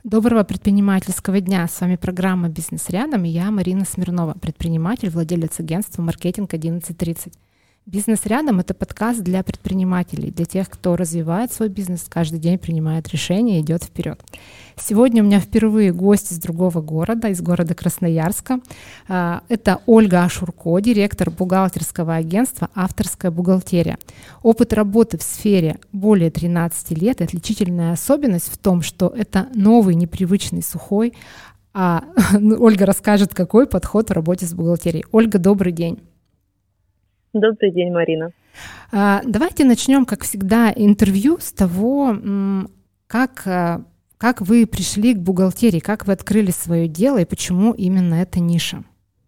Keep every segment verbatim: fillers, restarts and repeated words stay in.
Доброго предпринимательского дня. С вами программа «Бизнес рядом» и я, Марина Смирнова, предприниматель, владелец агентства «Маркетинг одиннадцать тридцать». «Бизнес рядом» — это подкаст для предпринимателей, для тех, кто развивает свой бизнес, каждый день принимает решения и идет вперед. Сегодня у меня впервые гость из другого города, из города Красноярска. Это Ольга Ашурко, директор бухгалтерского агентства «Авторская бухгалтерия». Опыт работы в сфере более тринадцати лет, и отличительная особенность в том, что это новый, непривычный, сухой. А Ольга расскажет, какой подход в работе с бухгалтерией. Ольга, добрый день. Добрый день, Марина. Давайте начнем, как всегда, интервью с того, как, как вы пришли к бухгалтерии, как вы открыли свое дело и почему именно эта ниша.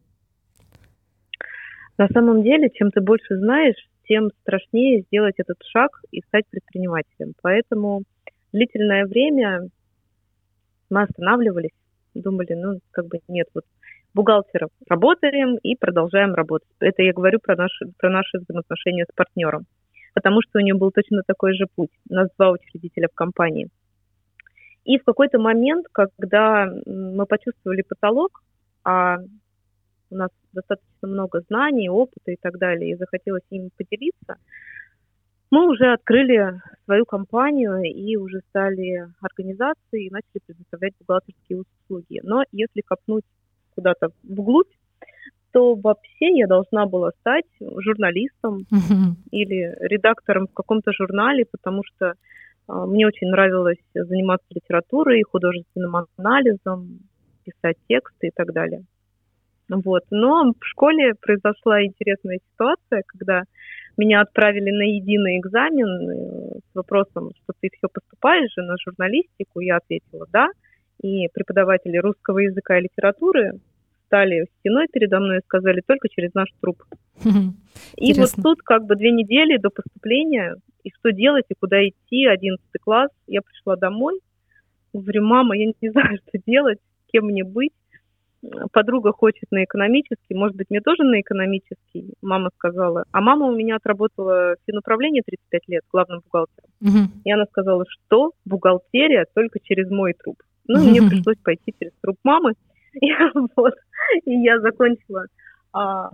На самом деле, чем ты больше знаешь, тем страшнее сделать этот шаг и стать предпринимателем. Поэтому длительное время мы останавливались, думали, ну, как бы нет, вот бухгалтером работаем и продолжаем работать. Это я говорю про наши, про наши взаимоотношения с партнером, потому что у него был точно такой же путь. У нас два учредителя в компании. И в какой-то момент, когда мы почувствовали потолок, а у нас достаточно много знаний, опыта и так далее, и захотелось им поделиться, мы уже открыли свою компанию и уже стали организацией и начали предоставлять бухгалтерские услуги. Но если копнуть куда-то вглубь, то вообще я должна была стать журналистом uh-huh. или редактором в каком-то журнале, потому что а, мне очень нравилось заниматься литературой, художественным анализом, писать тексты и так далее. Вот. Но в школе произошла интересная ситуация, когда меня отправили на единый экзамен с вопросом, что ты все поступаешь же на журналистику. Я ответила «да». И преподаватели русского языка и литературы стали стеной передо мной и сказали только через наш труп. И вот тут как бы две недели до поступления, и что делать, и куда идти, одиннадцатый класс, я пришла домой, говорю, мама, я не знаю, что делать, кем мне быть. Подруга хочет на экономический, может быть, мне тоже на экономический. Мама сказала, а мама у меня отработала в финуправлении тридцать пять лет главным бухгалтером. Uh-huh. И она сказала, что бухгалтерия только через мой труп. Ну, мне пришлось пойти через труп мамы. И, вот, и я закончила а,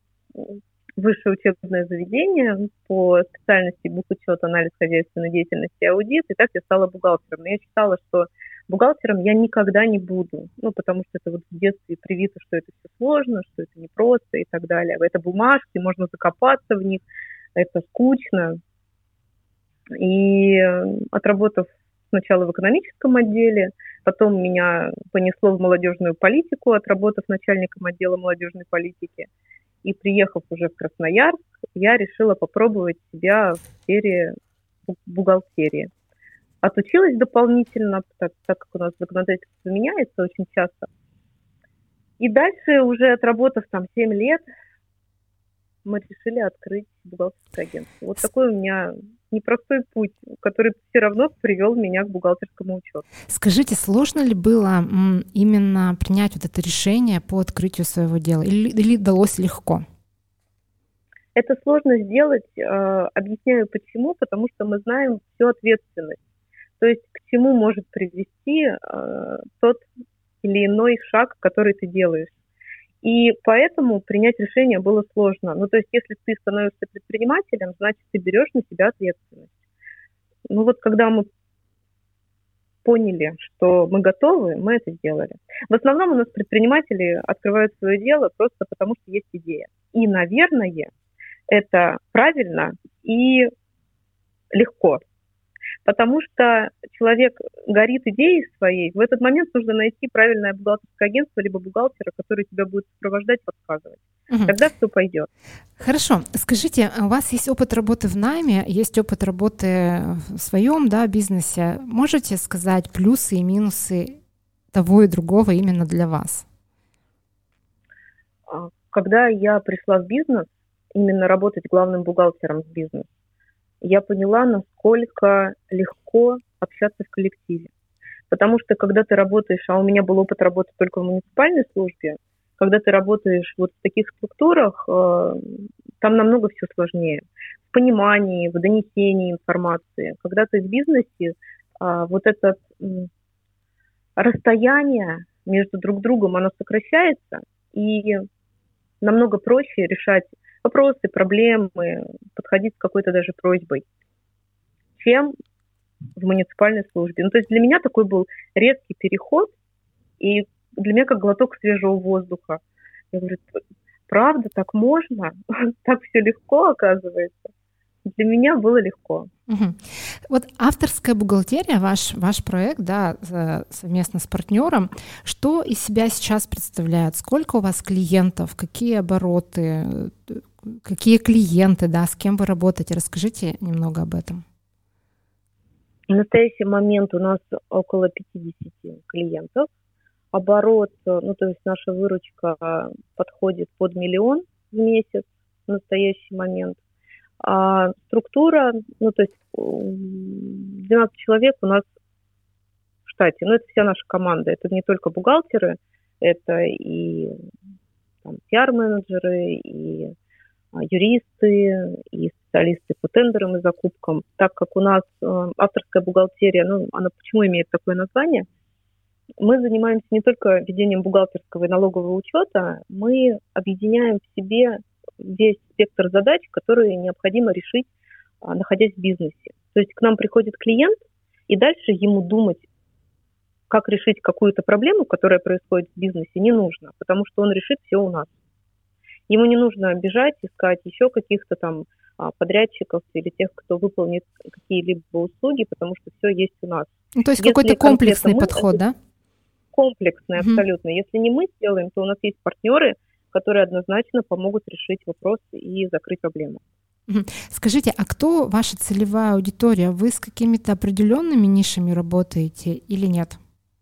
высшее учебное заведение по специальности бухучет, анализ хозяйственной деятельности и аудит. И так я стала бухгалтером. Но я считала, что бухгалтером я никогда не буду. Ну, потому что это вот в детстве привито, что это все сложно, что это непросто и так далее. Это бумажки, можно закопаться в них, это скучно. И отработав сначала в экономическом отделе, потом меня понесло в молодежную политику, отработав начальником отдела молодежной политики. И приехав уже в Красноярск, я решила попробовать себя в сфере бухгалтерии. Отучилась дополнительно, так, так как у нас законодательство меняется очень часто. И дальше, уже отработав там семь лет, мы решили открыть бухгалтерское агентство. Вот такой у меня непростой путь, который все равно привел меня к бухгалтерскому учету. Скажите, сложно ли было м, именно принять вот это решение по открытию своего дела, или, или далось легко? Это сложно сделать, э, объясняю почему, потому что мы знаем всю ответственность. То есть к чему может привести э, тот или иной шаг, который ты делаешь. И поэтому принять решение было сложно. Ну, то есть, если ты становишься предпринимателем, значит, ты берешь на себя ответственность. Ну, вот когда мы поняли, что мы готовы, мы это сделали. В основном у нас предприниматели открывают свое дело просто потому, что есть идея. И, наверное, это правильно и легко. Потому что человек горит идеей своей, в этот момент нужно найти правильное бухгалтерское агентство, либо бухгалтера, который тебя будет сопровождать, подсказывать. Угу. Тогда все пойдет. Хорошо. Скажите, у вас есть опыт работы в найме, есть опыт работы в своем, да, бизнесе. Можете сказать плюсы и минусы того и другого именно для вас? Когда я пришла в бизнес, именно работать главным бухгалтером в бизнес, я поняла, насколько легко общаться в коллективе. Потому что когда ты работаешь, а у меня был опыт работы только в муниципальной службе, когда ты работаешь вот в таких структурах, там намного все сложнее. В понимании, в донесении информации. Когда ты в бизнесе, вот этот расстояние между друг другом, оно сокращается, и намного проще решать вопросы, проблемы, подходить с какой-то даже просьбой, чем в муниципальной службе. Ну, то есть для меня такой был резкий переход, и для меня как глоток свежего воздуха. Я говорю, правда, так можно? Так все легко, оказывается. Для меня было легко. Угу. Вот авторская бухгалтерия, ваш, ваш проект, да, совместно с партнером, что из себя сейчас представляет? Сколько у вас клиентов? Какие обороты? Какие клиенты, да, с кем вы работаете? Расскажите немного об этом. В настоящий момент у нас около пятьдесят клиентов. Оборот, ну, то есть наша выручка подходит под миллион в месяц в настоящий момент. А структура, ну, то есть двенадцать человек у нас в штате. Ну, это вся наша команда. Это не только бухгалтеры, это и там, пиар-менеджеры, и а, юристы, и специалисты по тендерам и закупкам. Так как у нас э, авторская бухгалтерия, ну, она почему имеет такое название? Мы занимаемся не только ведением бухгалтерского и налогового учета, мы объединяем в себе весь спектр задач, которые необходимо решить, находясь в бизнесе. То есть к нам приходит клиент, и дальше ему думать, как решить какую-то проблему, которая происходит в бизнесе, не нужно, потому что он решит все у нас. Ему не нужно бежать, искать еще каких-то там подрядчиков или тех, кто выполнит какие-либо услуги, потому что все есть у нас. Ну, то есть Если какой-то комплексный мы, подход, да? Комплексный, угу. Абсолютно. Если не мы сделаем, то у нас есть партнеры, которые однозначно помогут решить вопрос и закрыть проблему. Скажите, а кто ваша целевая аудитория? Вы с какими-то определенными нишами работаете или нет?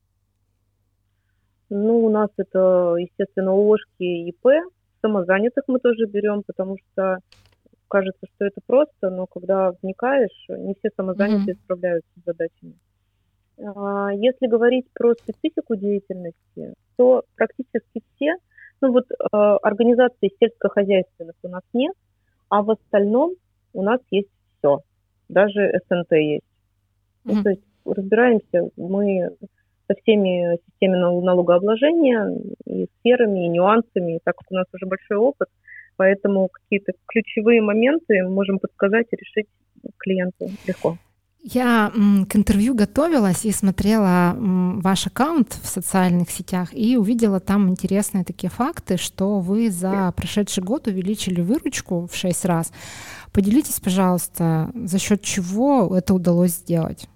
Ну, у нас это, естественно, ООшки и ИП. Самозанятых мы тоже берем, потому что кажется, что это просто, но когда вникаешь, не все самозанятые mm-hmm. справляются с задачами. Если говорить про специфику деятельности, то практически все, ну вот э, организаций сельскохозяйственных у нас нет, а в остальном у нас есть все, даже эс эн тэ есть. Mm-hmm. Ну, то есть разбираемся мы со всеми системами налогообложения и сферами, и нюансами, и так как у нас уже большой опыт, поэтому какие-то ключевые моменты можем подсказать и решить клиенту легко. Я м, к интервью готовилась и смотрела м, ваш аккаунт в социальных сетях и увидела там интересные такие факты, что вы за прошедший год увеличили выручку в шесть раз. Поделитесь, пожалуйста, за счет чего это удалось сделать?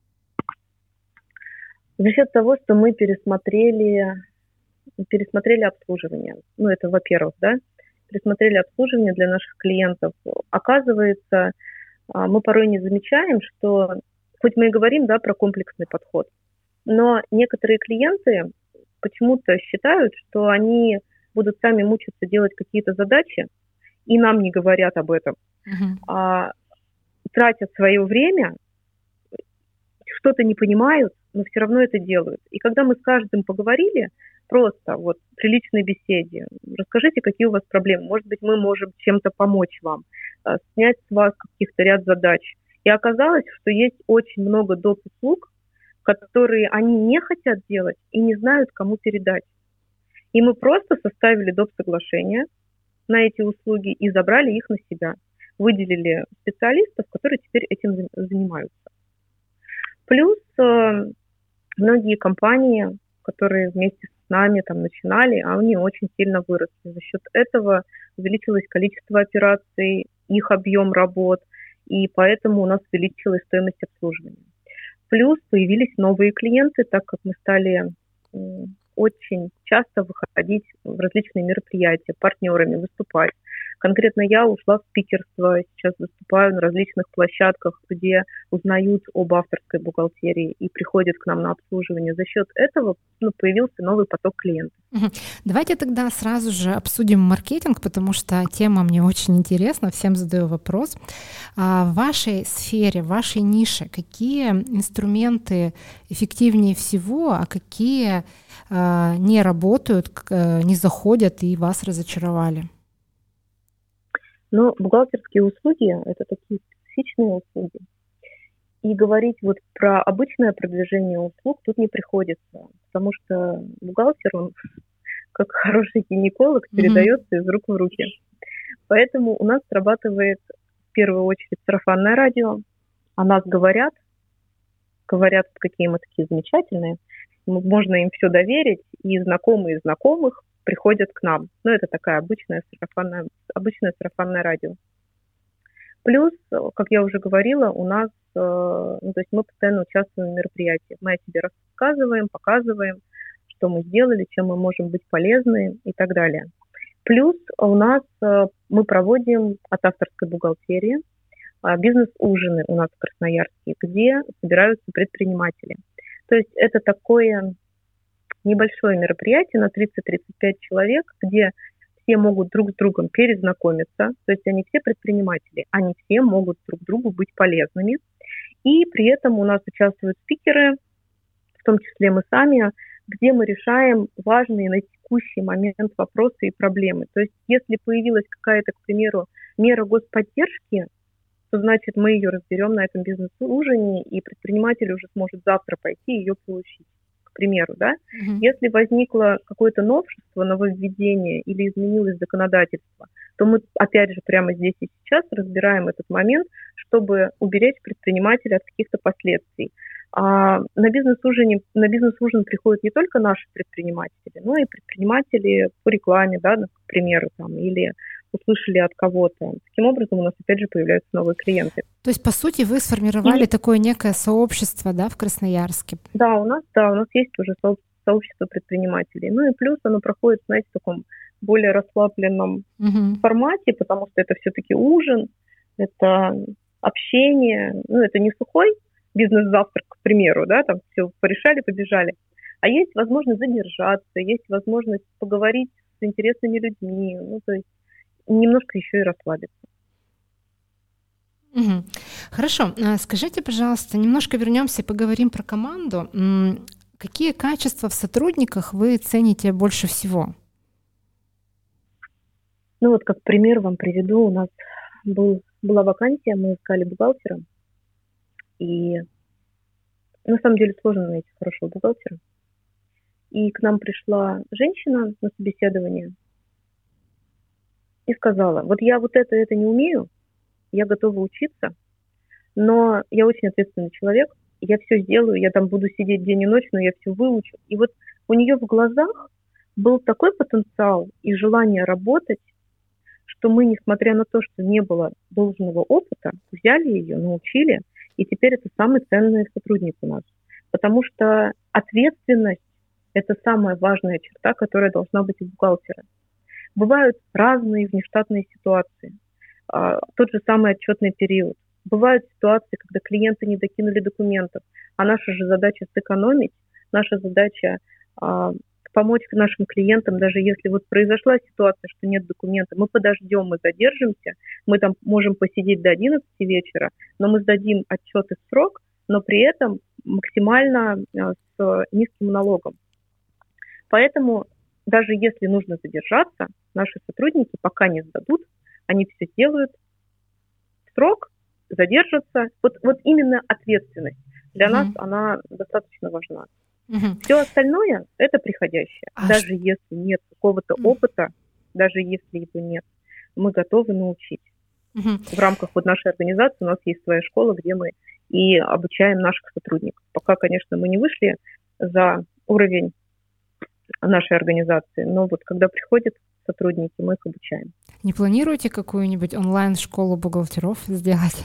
За счет того, что мы пересмотрели, пересмотрели обслуживание. Ну, это во-первых, да, пересмотрели обслуживание для наших клиентов. Оказывается, мы порой не замечаем, что, хоть мы и говорим, да, про комплексный подход, но некоторые клиенты почему-то считают, что они будут сами мучиться делать какие-то задачи, и нам не говорят об этом, uh-huh. а тратят свое время, что-то не понимают, но все равно это делают. И когда мы с каждым поговорили, просто вот при личной беседе, расскажите, какие у вас проблемы, может быть, мы можем чем-то помочь вам, снять с вас каких-то ряд задач. И оказалось, что есть очень много доп. Услуг, которые они не хотят делать и не знают, кому передать. И мы просто составили доп. Соглашение на эти услуги и забрали их на себя. Выделили специалистов, которые теперь этим занимаются. Плюс э, многие компании, которые вместе с нами там начинали, они очень сильно выросли. За счет этого увеличилось количество операций, их объем работ, и поэтому у нас увеличилась стоимость обслуживания. Плюс появились новые клиенты, так как мы стали э, очень часто выходить в различные мероприятия, партнерами выступать. Конкретно я ушла в спикерство, сейчас выступаю на различных площадках, где узнают об авторской бухгалтерии и приходят к нам на обслуживание. За счет этого ну, появился новый поток клиентов. Давайте тогда сразу же обсудим маркетинг, потому что тема мне очень интересна, всем задаю вопрос. В вашей сфере, в вашей нише какие инструменты эффективнее всего, а какие не работают, не заходят и вас разочаровали? Но бухгалтерские услуги – это такие специфичные услуги. И говорить вот про обычное продвижение услуг тут не приходится, потому что бухгалтер, он как хороший гинеколог передается mm-hmm. из рук в руки. Поэтому у нас срабатывает в первую очередь сарафанное радио. О нас говорят, говорят, какие мы такие замечательные, можно им все доверить, и знакомые знакомых приходят к нам. Ну, это такая обычная сарафанная, обычное сарафанное радио. Плюс, как я уже говорила, у нас, ну, то есть мы постоянно участвуем в мероприятиях. Мы о себе рассказываем, показываем, что мы сделали, чем мы можем быть полезны и так далее. Плюс у нас мы проводим от авторской бухгалтерии бизнес-ужины у нас в Красноярске, где собираются предприниматели. То есть это такое небольшое мероприятие на тридцать-тридцать пять человек, где все могут друг с другом перезнакомиться, то есть они все предприниматели, они все могут друг другу быть полезными. И при этом у нас участвуют спикеры, в том числе мы сами, где мы решаем важные на текущий момент вопросы и проблемы. То есть если появилась какая-то, к примеру, мера господдержки, то значит мы ее разберем на этом бизнес-ужине, и предприниматель уже сможет завтра пойти ее получить. К примеру, да, mm-hmm. если возникло какое-то новшество, нововведение или изменилось законодательство, то мы, опять же, прямо здесь и сейчас разбираем этот момент, чтобы уберечь предпринимателя от каких-то последствий. А на бизнес-ужин, на бизнес-ужин приходят не только наши предприниматели, но и предприниматели по рекламе, да, к примеру, там, или услышали от кого-то. Таким образом, у нас опять же появляются новые клиенты. То есть, по сути, вы сформировали и... такое некое сообщество, да, в Красноярске? Да, у нас, да, у нас есть уже сообщество предпринимателей. Ну и плюс оно проходит, знаете, в таком более расслабленном угу. формате, потому что это все-таки ужин, это общение, ну, это не сухой бизнес-завтрак, к примеру, да, там все порешали, побежали, а есть возможность задержаться, есть возможность поговорить с интересными людьми, ну, то есть немножко еще и расслабиться. Угу. Хорошо. Скажите, пожалуйста, немножко вернемся и поговорим про команду. Какие качества в сотрудниках вы цените больше всего? Ну вот как пример вам приведу. У нас был, была вакансия, мы искали бухгалтера. И на самом деле сложно найти хорошего бухгалтера. И к нам пришла женщина на собеседование и сказала: вот я вот это, это не умею, я готова учиться, но я очень ответственный человек, я все сделаю, я там буду сидеть день и ночь, но я все выучу. И вот у нее в глазах был такой потенциал и желание работать, что мы, несмотря на то, что не было должного опыта, взяли ее, научили, и теперь это самый ценный сотрудник у нас. Потому что ответственность – это самая важная черта, которая должна быть у бухгалтера. Бывают разные внештатные ситуации. А, тот же самый отчетный период. Бывают ситуации, когда клиенты не докинули документов, а наша же задача сэкономить, наша задача а, помочь нашим клиентам, даже если вот произошла ситуация, что нет документа, мы подождем, мы задержимся, мы там можем посидеть до одиннадцати вечера, но мы сдадим отчеты в срок, но при этом максимально а, с низким налогом. Поэтому даже если нужно задержаться, наши сотрудники пока не сдадут, они все сделают в срок, задержатся. Вот, вот именно ответственность для mm-hmm. нас, она достаточно важна. Mm-hmm. Все остальное – это приходящее. А даже ш... если нет какого-то mm-hmm. опыта, даже если его нет, мы готовы научить. Mm-hmm. В рамках вот нашей организации у нас есть своя школа, где мы и обучаем наших сотрудников. Пока, конечно, мы не вышли за уровень нашей организации, но вот когда приходят сотрудники, мы их обучаем. Не планируете какую-нибудь онлайн-школу бухгалтеров сделать?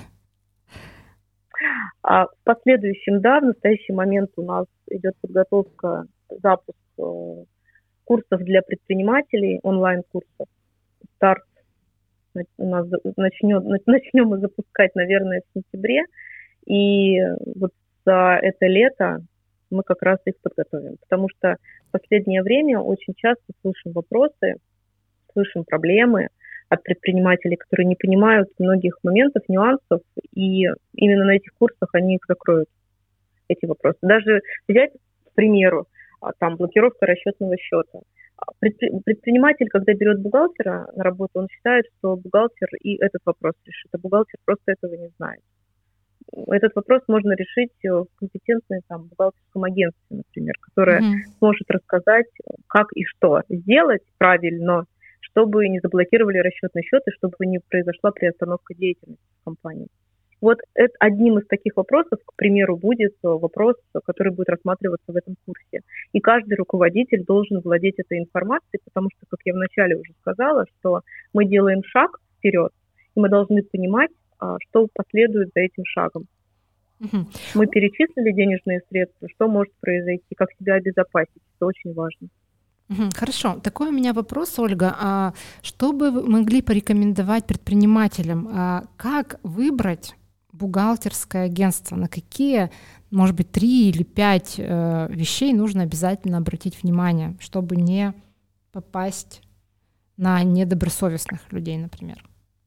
А в последующем, да, в настоящий момент у нас идет подготовка, запуск э, курсов для предпринимателей, онлайн-курсов. Старт у нас начнет, начнем мы запускать, наверное, в сентябре. И вот за это лето мы как раз их подготовим. Потому что в последнее время очень часто слышим вопросы, слышим проблемы от предпринимателей, которые не понимают многих моментов, нюансов, и именно на этих курсах они их закроют, эти вопросы. Даже взять, к примеру, там, блокировка расчетного счета. Предприниматель, когда берет бухгалтера на работу, он считает, что бухгалтер и этот вопрос решит, а бухгалтер просто этого не знает. этот вопрос можно решить в компетентной там, бухгалтерском агентстве, например, которое mm-hmm. сможет рассказать, как и что сделать правильно, чтобы не заблокировали расчетный счет и чтобы не произошла приостановка деятельности компании. Вот это одним из таких вопросов, к примеру, будет вопрос, который будет рассматриваться в этом курсе. И каждый руководитель должен владеть этой информацией, потому что, как я вначале уже сказала, что мы делаем шаг вперед, и мы должны понимать, что последует за этим шагом. Угу. Мы перечислили денежные средства, что может произойти, как себя обезопасить. Это очень важно. Угу. Хорошо. Такой у меня вопрос, Ольга. А что бы вы могли порекомендовать предпринимателям? А как выбрать бухгалтерское агентство? На какие, может быть, три или пять э, вещей нужно обязательно обратить внимание, чтобы не попасть на недобросовестных людей, например?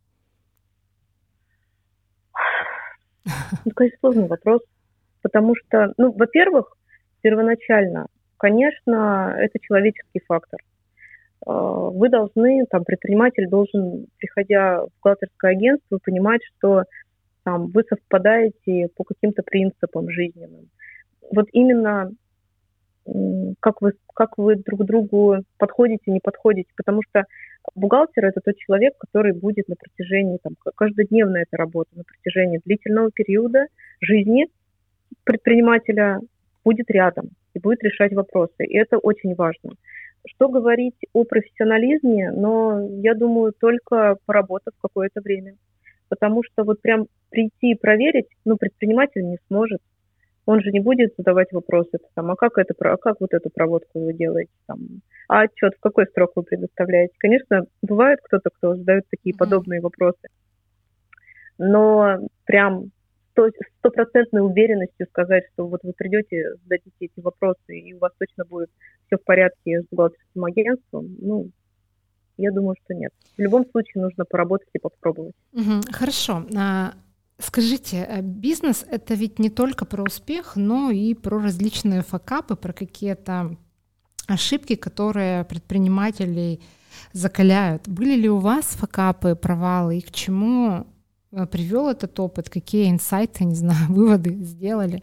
Ну, конечно, сложный вопрос, потому что, ну, во-первых, первоначально, конечно, это человеческий фактор. Вы должны, там, предприниматель должен, приходя в бухгалтерское агентство, понимать, что там, вы совпадаете по каким-то принципам жизненным. Вот именно как вы, как вы друг к другу подходите, не подходите, потому что бухгалтер – это тот человек, который будет на протяжении, там, каждодневно эта работа, на протяжении длительного периода жизни предпринимателя будет рядом и будет решать вопросы. И это очень важно. Что говорить о профессионализме, но я думаю, только поработав какое-то время. Потому что вот прям прийти и проверить, ну, предприниматель не сможет. Он же не будет задавать вопросы, там, а как это, а как вот эту проводку вы делаете, там, а отчет в какой срок вы предоставляете. Конечно, бывает кто-то, кто задает такие подобные вопросы, но прям стопроцентной уверенностью сказать, что вот вы придете, зададите эти вопросы, и у вас точно будет все в порядке с бухгалтерским агентством, ну, я думаю, что нет. В любом случае нужно поработать и попробовать. Угу, хорошо. А, скажите, бизнес — это ведь не только про успех, но и про различные факапы, про какие-то ошибки, которые предпринимателей закаляют. Были ли у вас факапы, провалы, и к чему привел этот опыт? Какие инсайты, не знаю, выводы сделали?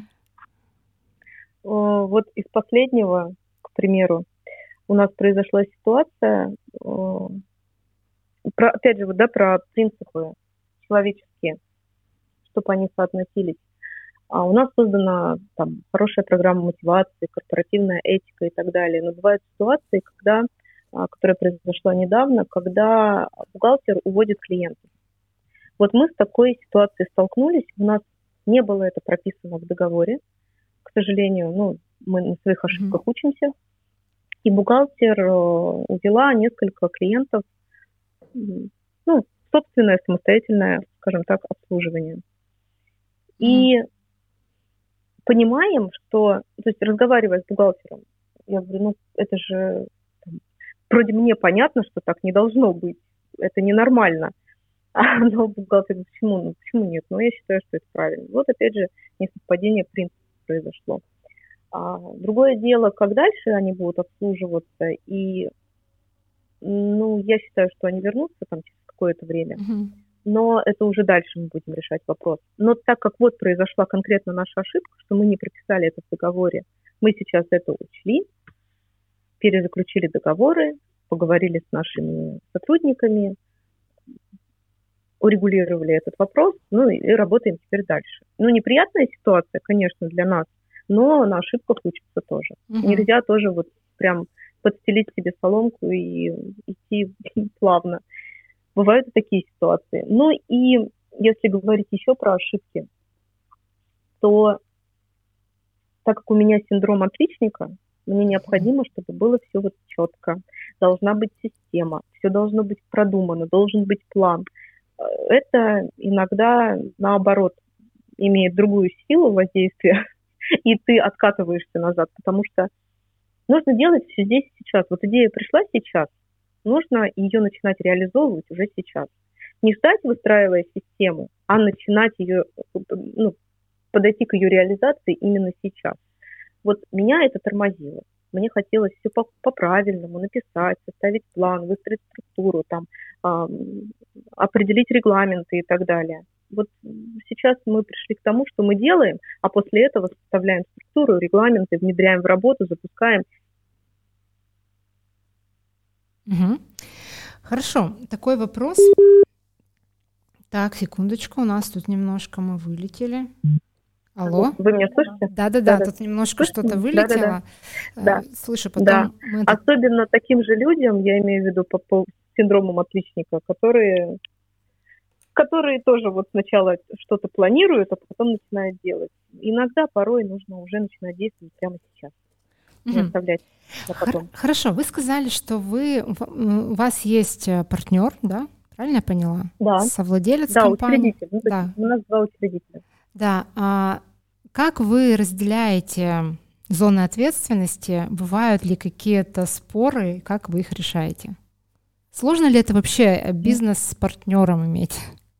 Вот из последнего, к примеру, у нас произошла ситуация, про, опять же, вот, да, про принципы человеческие, чтобы они соотносились. А у нас создана там хорошая программа мотивации, корпоративная этика и так далее. Но бывают ситуации, когда, которая произошла недавно, когда бухгалтер уводит клиентов. Вот мы с такой ситуацией столкнулись, у нас не было это прописано в договоре, к сожалению, ну, мы на своих ошибках mm-hmm. учимся, и бухгалтер увела несколько клиентов, ну, собственное самостоятельное, скажем так, обслуживание. Mm-hmm. И понимаем, что, то есть разговаривая с бухгалтером, я говорю, ну, это же, там, вроде мне понятно, что так не должно быть, это ненормально. Но бухгалтер говорит, почему? Ну, почему нет? Ну, я считаю, что это правильно. Вот, опять же, несовпадение принципов произошло. А, другое дело, как дальше они будут обслуживаться, и, ну, я считаю, что они вернутся там через какое-то время, uh-huh. но это уже дальше мы будем решать вопрос. Но так как вот произошла конкретно наша ошибка, что мы не прописали это в договоре, мы сейчас это учли, перезаключили договоры, поговорили с нашими сотрудниками, урегулировали этот вопрос, ну и, и работаем теперь дальше. Ну, неприятная ситуация, конечно, для нас, но на ошибках учатся тоже. Uh-huh. Нельзя тоже вот прям подстелить себе соломку и идти плавно. Бывают и такие ситуации. Ну и если говорить еще про ошибки, то так как у меня синдром отличника, мне необходимо, чтобы было все вот четко. Должна быть система, все должно быть продумано, должен быть план. Это иногда, наоборот, имеет другую силу воздействия, и ты откатываешься назад, потому что нужно делать все здесь и сейчас. Вот идея пришла сейчас, нужно ее начинать реализовывать уже сейчас. Не ждать, выстраивая систему, а начинать ее, ну, подойти к ее реализации именно сейчас. Вот меня это тормозило. Мне хотелось все по- по-правильному написать, составить план, выстроить структуру, там, э, определить регламенты и так далее. вот сейчас мы пришли к тому, что мы делаем, а после этого составляем структуру, регламенты, внедряем в работу, запускаем. Угу. Хорошо, такой вопрос. Так, секундочку, у нас тут немножко мы вылетели. Алло? Вы меня слышите? Да-да-да, тут немножко Слышите? что-то вылетело. Да. Слышу, потом Да. мы это... Особенно таким же людям, я имею в виду по, по синдромом отличника, которые, которые тоже вот сначала что-то планируют, а потом начинают делать. Иногда, порой нужно уже начинать действовать прямо сейчас. Не Мгм. оставлять на потом. Хорошо, вы сказали, что вы, у вас есть партнер, да? Правильно я поняла? Да. Совладелец Да, компании. учредитель. Ну, Да. У нас два учредителя. Да. А как вы разделяете зоны ответственности? Бывают ли какие-то споры? Как вы их решаете? Сложно ли это вообще бизнес с партнером иметь?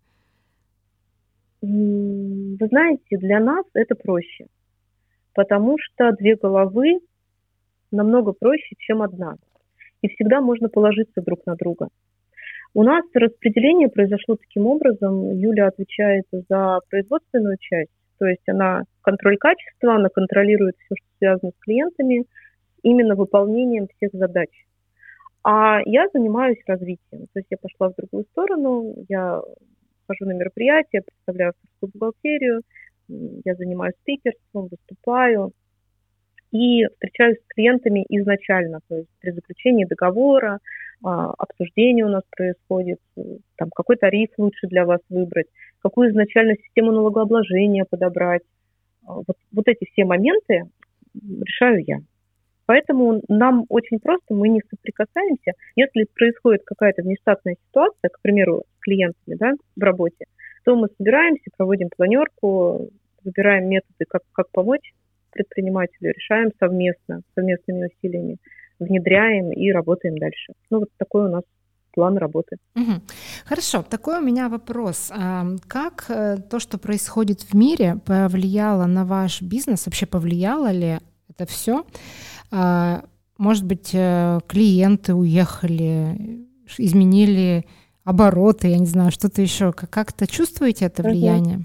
Вы знаете, для нас это проще, потому что две головы намного проще, чем одна. И всегда можно положиться друг на друга. У нас распределение произошло таким образом. Юля отвечает за производственную часть, то есть она контроль качества, она контролирует все, что связано с клиентами, именно выполнением всех задач. А я занимаюсь развитием. То есть я пошла в другую сторону, я хожу на мероприятия, представляю авторскую бухгалтерию, я занимаюсь спикерством, выступаю и встречаюсь с клиентами изначально, то есть при заключении договора, обсуждение у нас происходит, там, какой тариф лучше для вас выбрать, какую изначально систему налогообложения подобрать. Вот, вот эти все моменты решаю я. Поэтому нам очень просто, мы не соприкасаемся. Если происходит какая-то внештатная ситуация, к примеру, с клиентами, да, в работе, то мы собираемся, проводим планерку, выбираем методы, как, как помочь предпринимателю, решаем совместно, совместными усилиями, внедряем и работаем дальше. Ну, вот такой у нас план работы. Угу. Хорошо, такой у меня вопрос. Как то, что происходит в мире, повлияло на ваш бизнес? Вообще повлияло ли это все? Может быть, клиенты уехали, изменили обороты, я не знаю, что-то еще. Как-то чувствуете это влияние?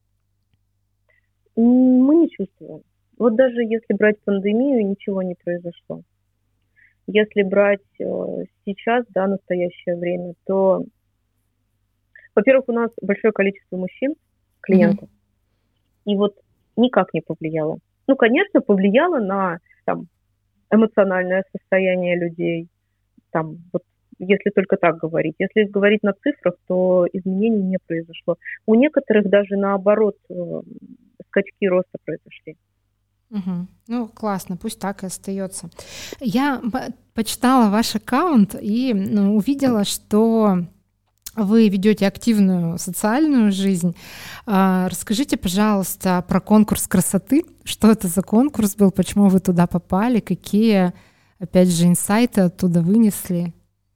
Мы не чувствуем. Вот даже если брать пандемию, ничего не произошло. Если брать сейчас, да, настоящее время, то, во-первых, у нас большое количество мужчин, клиентов, mm-hmm. и вот никак не повлияло. Ну, конечно, повлияло на там, эмоциональное состояние людей, там, вот, если только так говорить. Если говорить на цифрах, то изменений не произошло. У некоторых даже наоборот скачки роста произошли. Угу. Ну, классно, пусть так и остается. Я почитала ваш аккаунт и ну, увидела, что вы ведете активную социальную жизнь. А, расскажите, пожалуйста, про конкурс красоты. Что это за конкурс был, почему вы туда попали, какие, опять же, инсайты оттуда вынесли?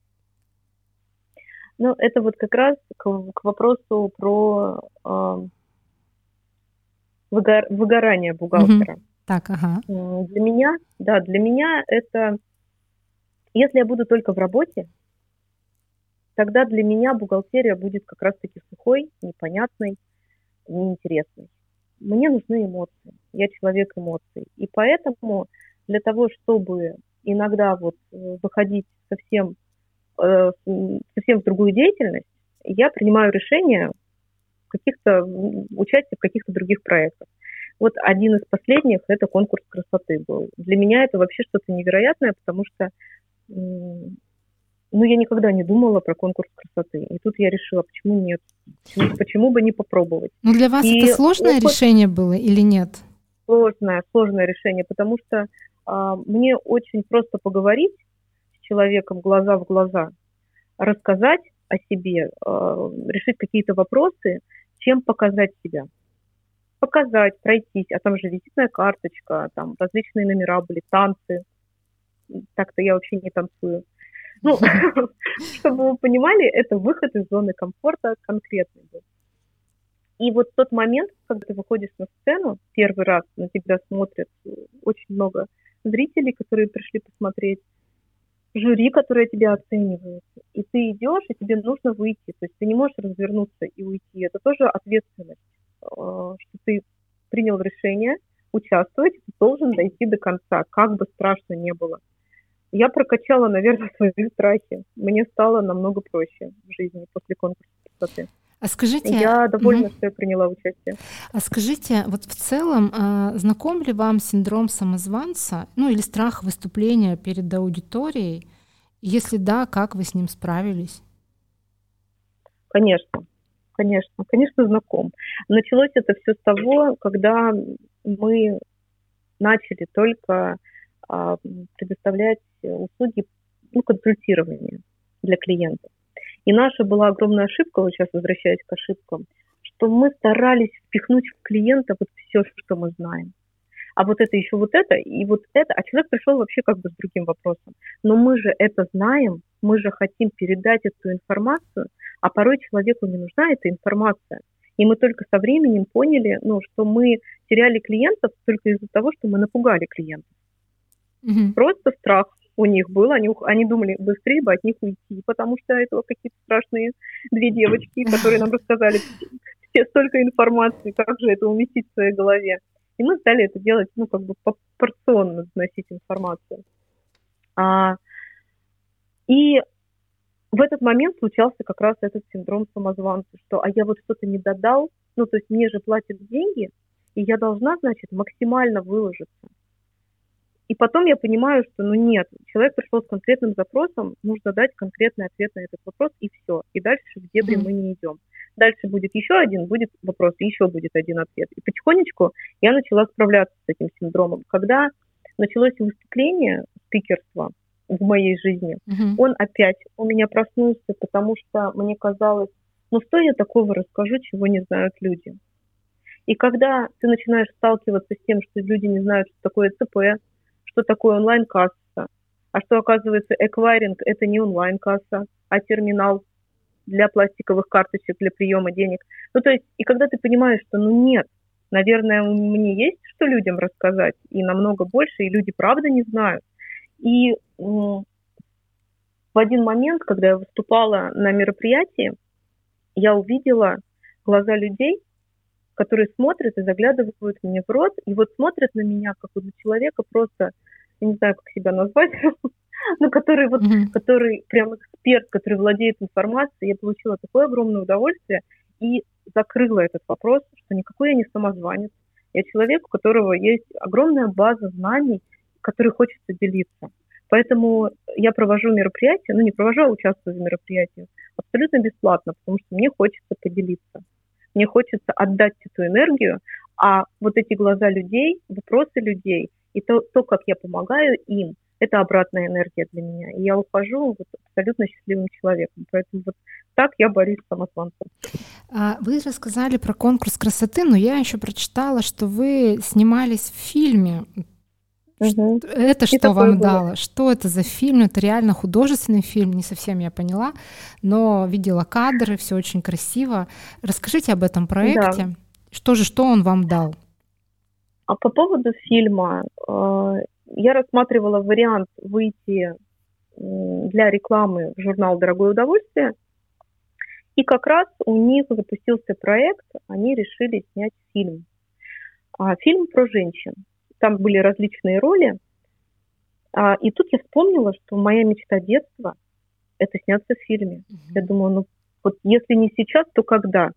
Ну, это вот как раз к, к вопросу про э, выгор, выгорание бухгалтера. Угу. Так, ага. Для меня, да, для меня это, если я буду только в работе, тогда для меня бухгалтерия будет как раз-таки сухой, непонятной, неинтересной. Мне нужны эмоции, я человек эмоций. И поэтому для того, чтобы иногда вот выходить совсем, э, совсем в другую деятельность, я принимаю решение каких-то, участия в каких-то других проектах. Вот один из последних – это конкурс красоты был. Для меня это вообще что-то невероятное, потому что ну, я никогда не думала про конкурс красоты. И тут я решила, почему нет? Почему, почему бы не попробовать? Ну, для вас и это сложное опыт... решение было или нет? Сложное, сложное решение, потому что а, мне очень просто поговорить с человеком глаза в глаза, рассказать о себе, а, решить какие-то вопросы, чем показать себя. Показать, пройтись, а там же визитная карточка, там различные номера были, танцы. Так-то я вообще не танцую. Ну, чтобы вы понимали, это выход из зоны комфорта конкретный был. И вот тот момент, когда ты выходишь на сцену, первый раз на тебя смотрят очень много зрителей, которые пришли посмотреть, жюри, которое тебя оценивает. И ты идешь, и тебе нужно выйти. То есть ты не можешь развернуться и уйти. Это тоже ответственность, что ты принял решение участвовать, ты должен дойти до конца, как бы страшно не было. Я прокачала, наверное, свои страхи. Мне стало намного проще в жизни после конкурса красоты. А скажите, я довольна, угу. что я приняла участие. А скажите, вот в целом, знаком ли вам синдром самозванца, ну или страх выступления перед аудиторией? Если да, как вы с ним справились? Конечно, конечно, конечно, знаком. Началось это все с того, когда мы начали только а, предоставлять услуги, ну, консультирования для клиентов. И наша была огромная ошибка, вот сейчас возвращаясь к ошибкам, что мы старались впихнуть в клиента вот все, что мы знаем. А вот это еще вот это, и вот это, а человек пришел вообще как бы с другим вопросом. Но мы же это знаем, мы же хотим передать эту информацию, а порой человеку не нужна эта информация. И мы только со временем поняли, ну, что мы теряли клиентов только из-за того, что мы напугали клиентов. Mm-hmm. Просто страх у них был, они, они думали быстрее бы от них уйти, потому что это какие-то страшные две девочки, которые нам рассказали все столько информации, как же это уместить в своей голове. И мы стали это делать, ну, как бы пропорционно доносить информацию. А, и в этот момент случался как раз этот синдром самозванца, что а я вот что-то не додал, ну, то есть мне же платят деньги, и я должна, значит, максимально выложиться. И потом я понимаю, что, ну, нет, человек пришел с конкретным запросом, нужно дать конкретный ответ на этот вопрос, и все. И дальше в дебри mm-hmm. мы не идем. Дальше будет еще один, будет вопрос, и еще будет один ответ. И потихонечку я начала справляться с этим синдромом. Когда началось выступление, спикерство в моей жизни, mm-hmm. он опять у меня проснулся, потому что мне казалось, ну что я такого расскажу, чего не знают люди. И когда ты начинаешь сталкиваться с тем, что люди не знают, что такое ЦП, что такое онлайн-касса, а что, оказывается, эквайринг – это не онлайн-касса, а терминал для пластиковых карточек, для приема денег. Ну, то есть, и когда ты понимаешь, что, ну, нет, наверное, мне есть что людям рассказать, и намного больше, и люди правда не знают. И м- в один момент, когда я выступала на мероприятии, я увидела глаза людей, которые смотрят и заглядывают мне в рот, и вот смотрят на меня, как у человека просто, я не знаю, как себя назвать, но который вот, mm-hmm. который прям эксперт, который владеет информацией. Я получила такое огромное удовольствие и закрыла этот вопрос, что никакой я не самозванец. Я человек, у которого есть огромная база знаний, которой хочется делиться. Поэтому я провожу мероприятия, ну не провожу, а участвую в мероприятиях абсолютно бесплатно, потому что мне хочется поделиться. Мне хочется отдать эту энергию, а вот эти глаза людей, вопросы людей и то, то как я помогаю им, это обратная энергия для меня. И я ухожу вот абсолютно счастливым человеком. Поэтому вот так я борюсь с самозванцем. Вы рассказали про конкурс красоты, но я еще прочитала, что вы снимались в фильме. Угу. Это и что вам было? Дало? Что это за фильм? Это реально художественный фильм, не совсем я поняла, но видела кадры, все очень красиво. Расскажите об этом проекте. Да. Что же, что он вам дал? А по поводу фильма, э, я рассматривала вариант выйти для рекламы в журнал «Дорогое удовольствие», и как раз у них запустился проект, они решили снять фильм. А, фильм про женщин. Там были различные роли. А, и тут я вспомнила, что моя мечта детства – это сняться в фильме. Mm-hmm. Я думаю, ну вот если не сейчас, то когда?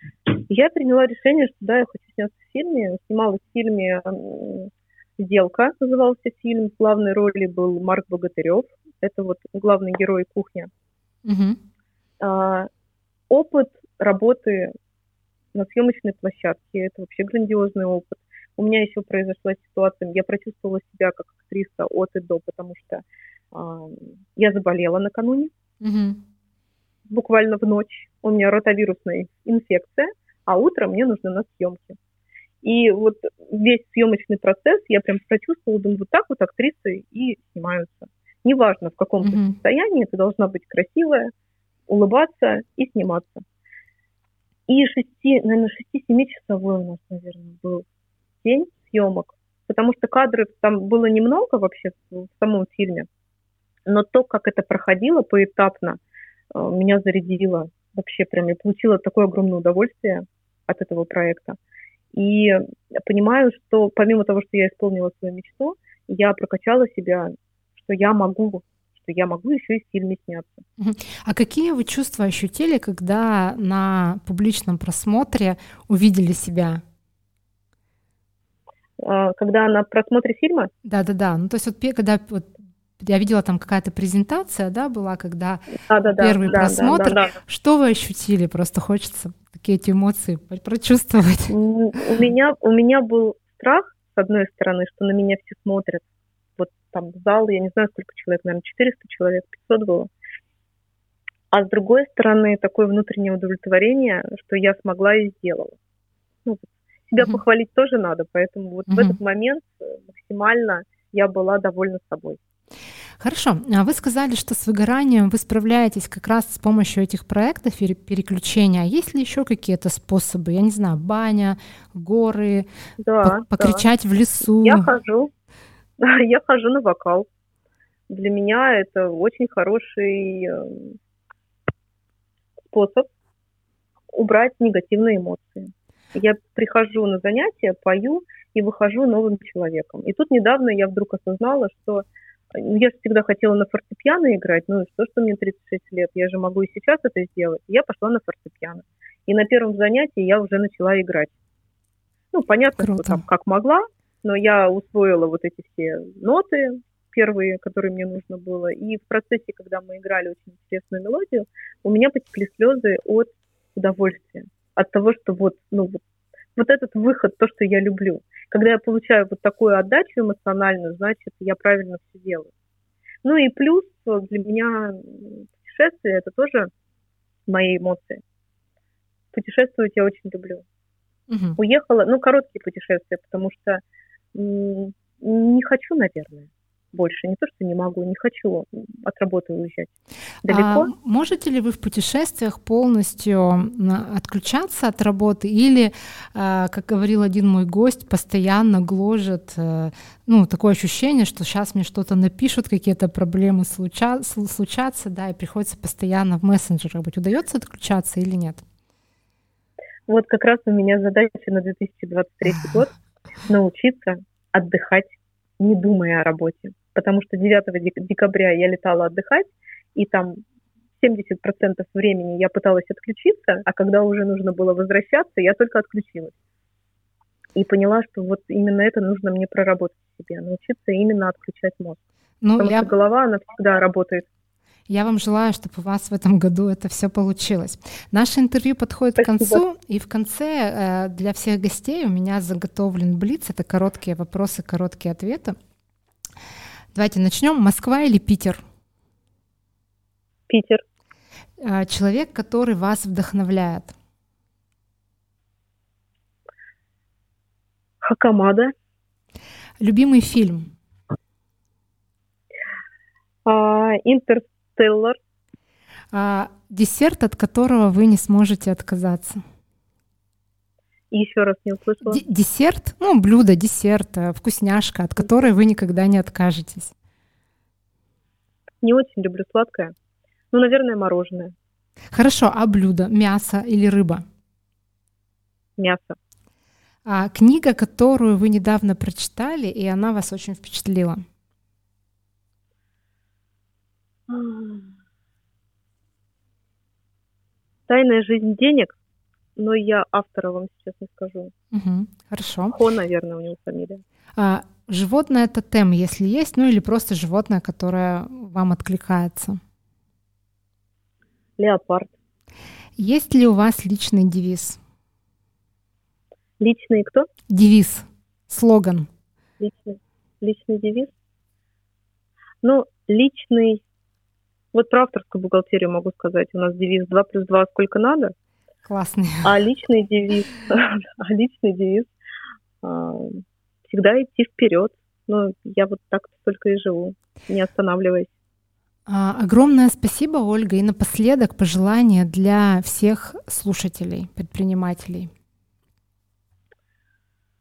Я приняла решение, что да, я хочу сняться в фильме. Снималась в фильме «Сделка», назывался фильм. В главной роли был Марк Богатырев. Это вот главный герой «Кухня». Mm-hmm. А, опыт работы на съемочной площадке – это вообще грандиозный опыт. У меня еще произошла ситуация, я прочувствовала себя как актриса от и до, потому что э, я заболела накануне, mm-hmm. буквально в ночь. У меня ротавирусная инфекция, а утром мне нужно на съемки. И вот весь съемочный процесс я прям прочувствовала, думаю, вот так вот актрисы и снимаются. Неважно, в каком mm-hmm. состоянии, ты должна быть красивая, улыбаться и сниматься. И шести, наверное, шести-семичасовой у нас, наверное, был день съемок, потому что кадров там было немного вообще в самом фильме. Но то, как это проходило поэтапно, э, меня зарядило. Вообще прям я получила такое огромное удовольствие от этого проекта. И понимаю, что помимо того, что я исполнила свою мечту, я прокачала себя, что я могу, что я могу еще и в фильме сняться. Мгм. А какие вы чувства ощутили, когда на публичном просмотре увидели себя? А, Когда на просмотре фильма, Да-да-да. Ну, то есть вот пе когда вот я видела, там какая-то презентация, да, была, когда да-да-да, первый просмотр. да-да-да-да. Что вы ощутили? Просто хочется такие эти эмоции по прочувствовать. М, У меня, у меня был страх, с одной стороны, что на меня все смотрят. Вот там зал, я не знаю, сколько человек, наверное, четыреста человек, пятьсот было. А с другой стороны, такое внутреннее удовлетворение, что я смогла и сделала. Ну, вот себя Мгм. похвалить тоже надо, поэтому вот в Мгм. этот момент э, максимально я была довольна собой. Хорошо. А вы сказали, что с выгоранием вы справляетесь как раз с помощью этих проектов пере переключения. А есть ли еще какие-то способы? Я не знаю, баня, горы, Да, пок да. покричать в Я лесу? хожу, я хожу на вокал. Для меня это очень хороший э, способ убрать негативные эмоции. Я прихожу на занятия, пою и выхожу новым человеком. И тут недавно я вдруг осознала, что ну, я же всегда хотела на фортепиано играть, ну и что, что мне тридцать шесть лет, я же могу и сейчас это сделать. Я пошла на фортепиано. И на первом занятии я уже начала играть. Ну, понятно, что Круто. там как могла, но я усвоила вот эти все ноты первые, которые мне нужно было. И в процессе, когда мы играли очень интересную мелодию, у меня потекли слезы от удовольствия, от того, что вот, ну, вот, вот этот выход, то, что я люблю. Когда я получаю вот такую отдачу эмоциональную, значит, я правильно все делаю. Ну и плюс для меня путешествие – это тоже мои эмоции. Путешествовать я очень люблю. Мгм. Уехала, ну, короткие путешествия, потому что м, не хочу, наверное, больше. Не то, что не могу, не хочу от работы уезжать А далеко. можете ли вы в путешествиях полностью м, отключаться от работы или, а, как говорил один мой гость, постоянно гложет, э, ну, такое ощущение, что сейчас мне что-то напишут, какие-то проблемы случа- сл- случатся, да, и приходится постоянно в мессенджерах быть. Удается отключаться или нет? Вот как раз у меня задача на две тысячи двадцать третий год научиться отдыхать, не думая о работе. Потому что девятого декабря я летала отдыхать, и там семьдесят процентов времени я пыталась отключиться, а когда уже нужно было возвращаться, я только отключилась. И поняла, что вот именно это нужно мне проработать в себе, научиться именно отключать мозг. Ну, Потому я, что голова, она всегда работает. я вам желаю, чтобы у вас в этом году это все получилось. Наше интервью подходит к Спасибо. концу, и в конце э, для всех гостей у меня заготовлен блиц. Это короткие вопросы, короткие ответы. Давайте начнем. Москва или Питер? Питер. Э, Человек, который вас вдохновляет. Хакамада. Любимый фильм. А, Интерстеллар. А, Десерт, от которого вы не сможете отказаться. И еще раз не услышала. Д- Десерт, ну, блюдо, десерт, э, вкусняшка, от которой вы никогда не откажетесь. Не очень люблю сладкое. Ну, наверное, мороженое. Хорошо, а блюдо? Мясо или рыба? Мясо. А, книга, которую вы недавно прочитали, и она вас очень впечатлила. «Тайная жизнь денег», но я автора вам сейчас не скажу. Мгм, хорошо. Хо, наверное, у него фамилия. А, животное тотем, если есть, ну или просто животное, которое вам откликается. Леопард. Есть ли у вас личный девиз? Личный кто? Девиз, слоган. Личный, личный девиз? Ну, личный... Вот про авторскую бухгалтерию могу сказать. У нас девиз два плюс два сколько надо. Классный. А личный девиз... А личный девиз а, всегда идти вперед. Ну, я вот так только и живу, не останавливаясь. А, огромное спасибо, Ольга. И напоследок пожелания для всех слушателей, предпринимателей.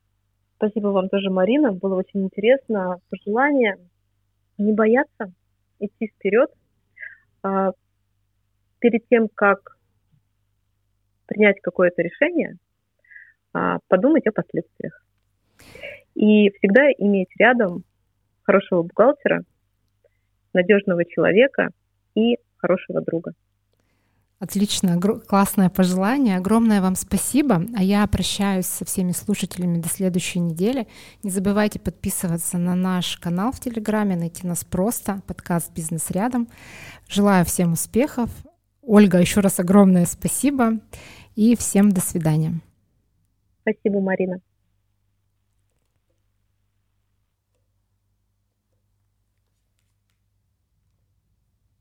Спасибо вам тоже, Марина. Было очень интересно. Пожелание не бояться, идти вперед. А, перед тем, как принять какое-то решение, а, подумать о последствиях. И всегда иметь рядом хорошего бухгалтера, надежного человека и хорошего друга. Отлично, классное пожелание. Огромное вам спасибо. А я прощаюсь со всеми слушателями до следующей недели. Не забывайте подписываться на наш канал в Телеграме, найти нас просто, подкаст «Бизнес рядом». Желаю всем успехов. Ольга, еще раз огромное спасибо и всем до свидания. Спасибо, Марина.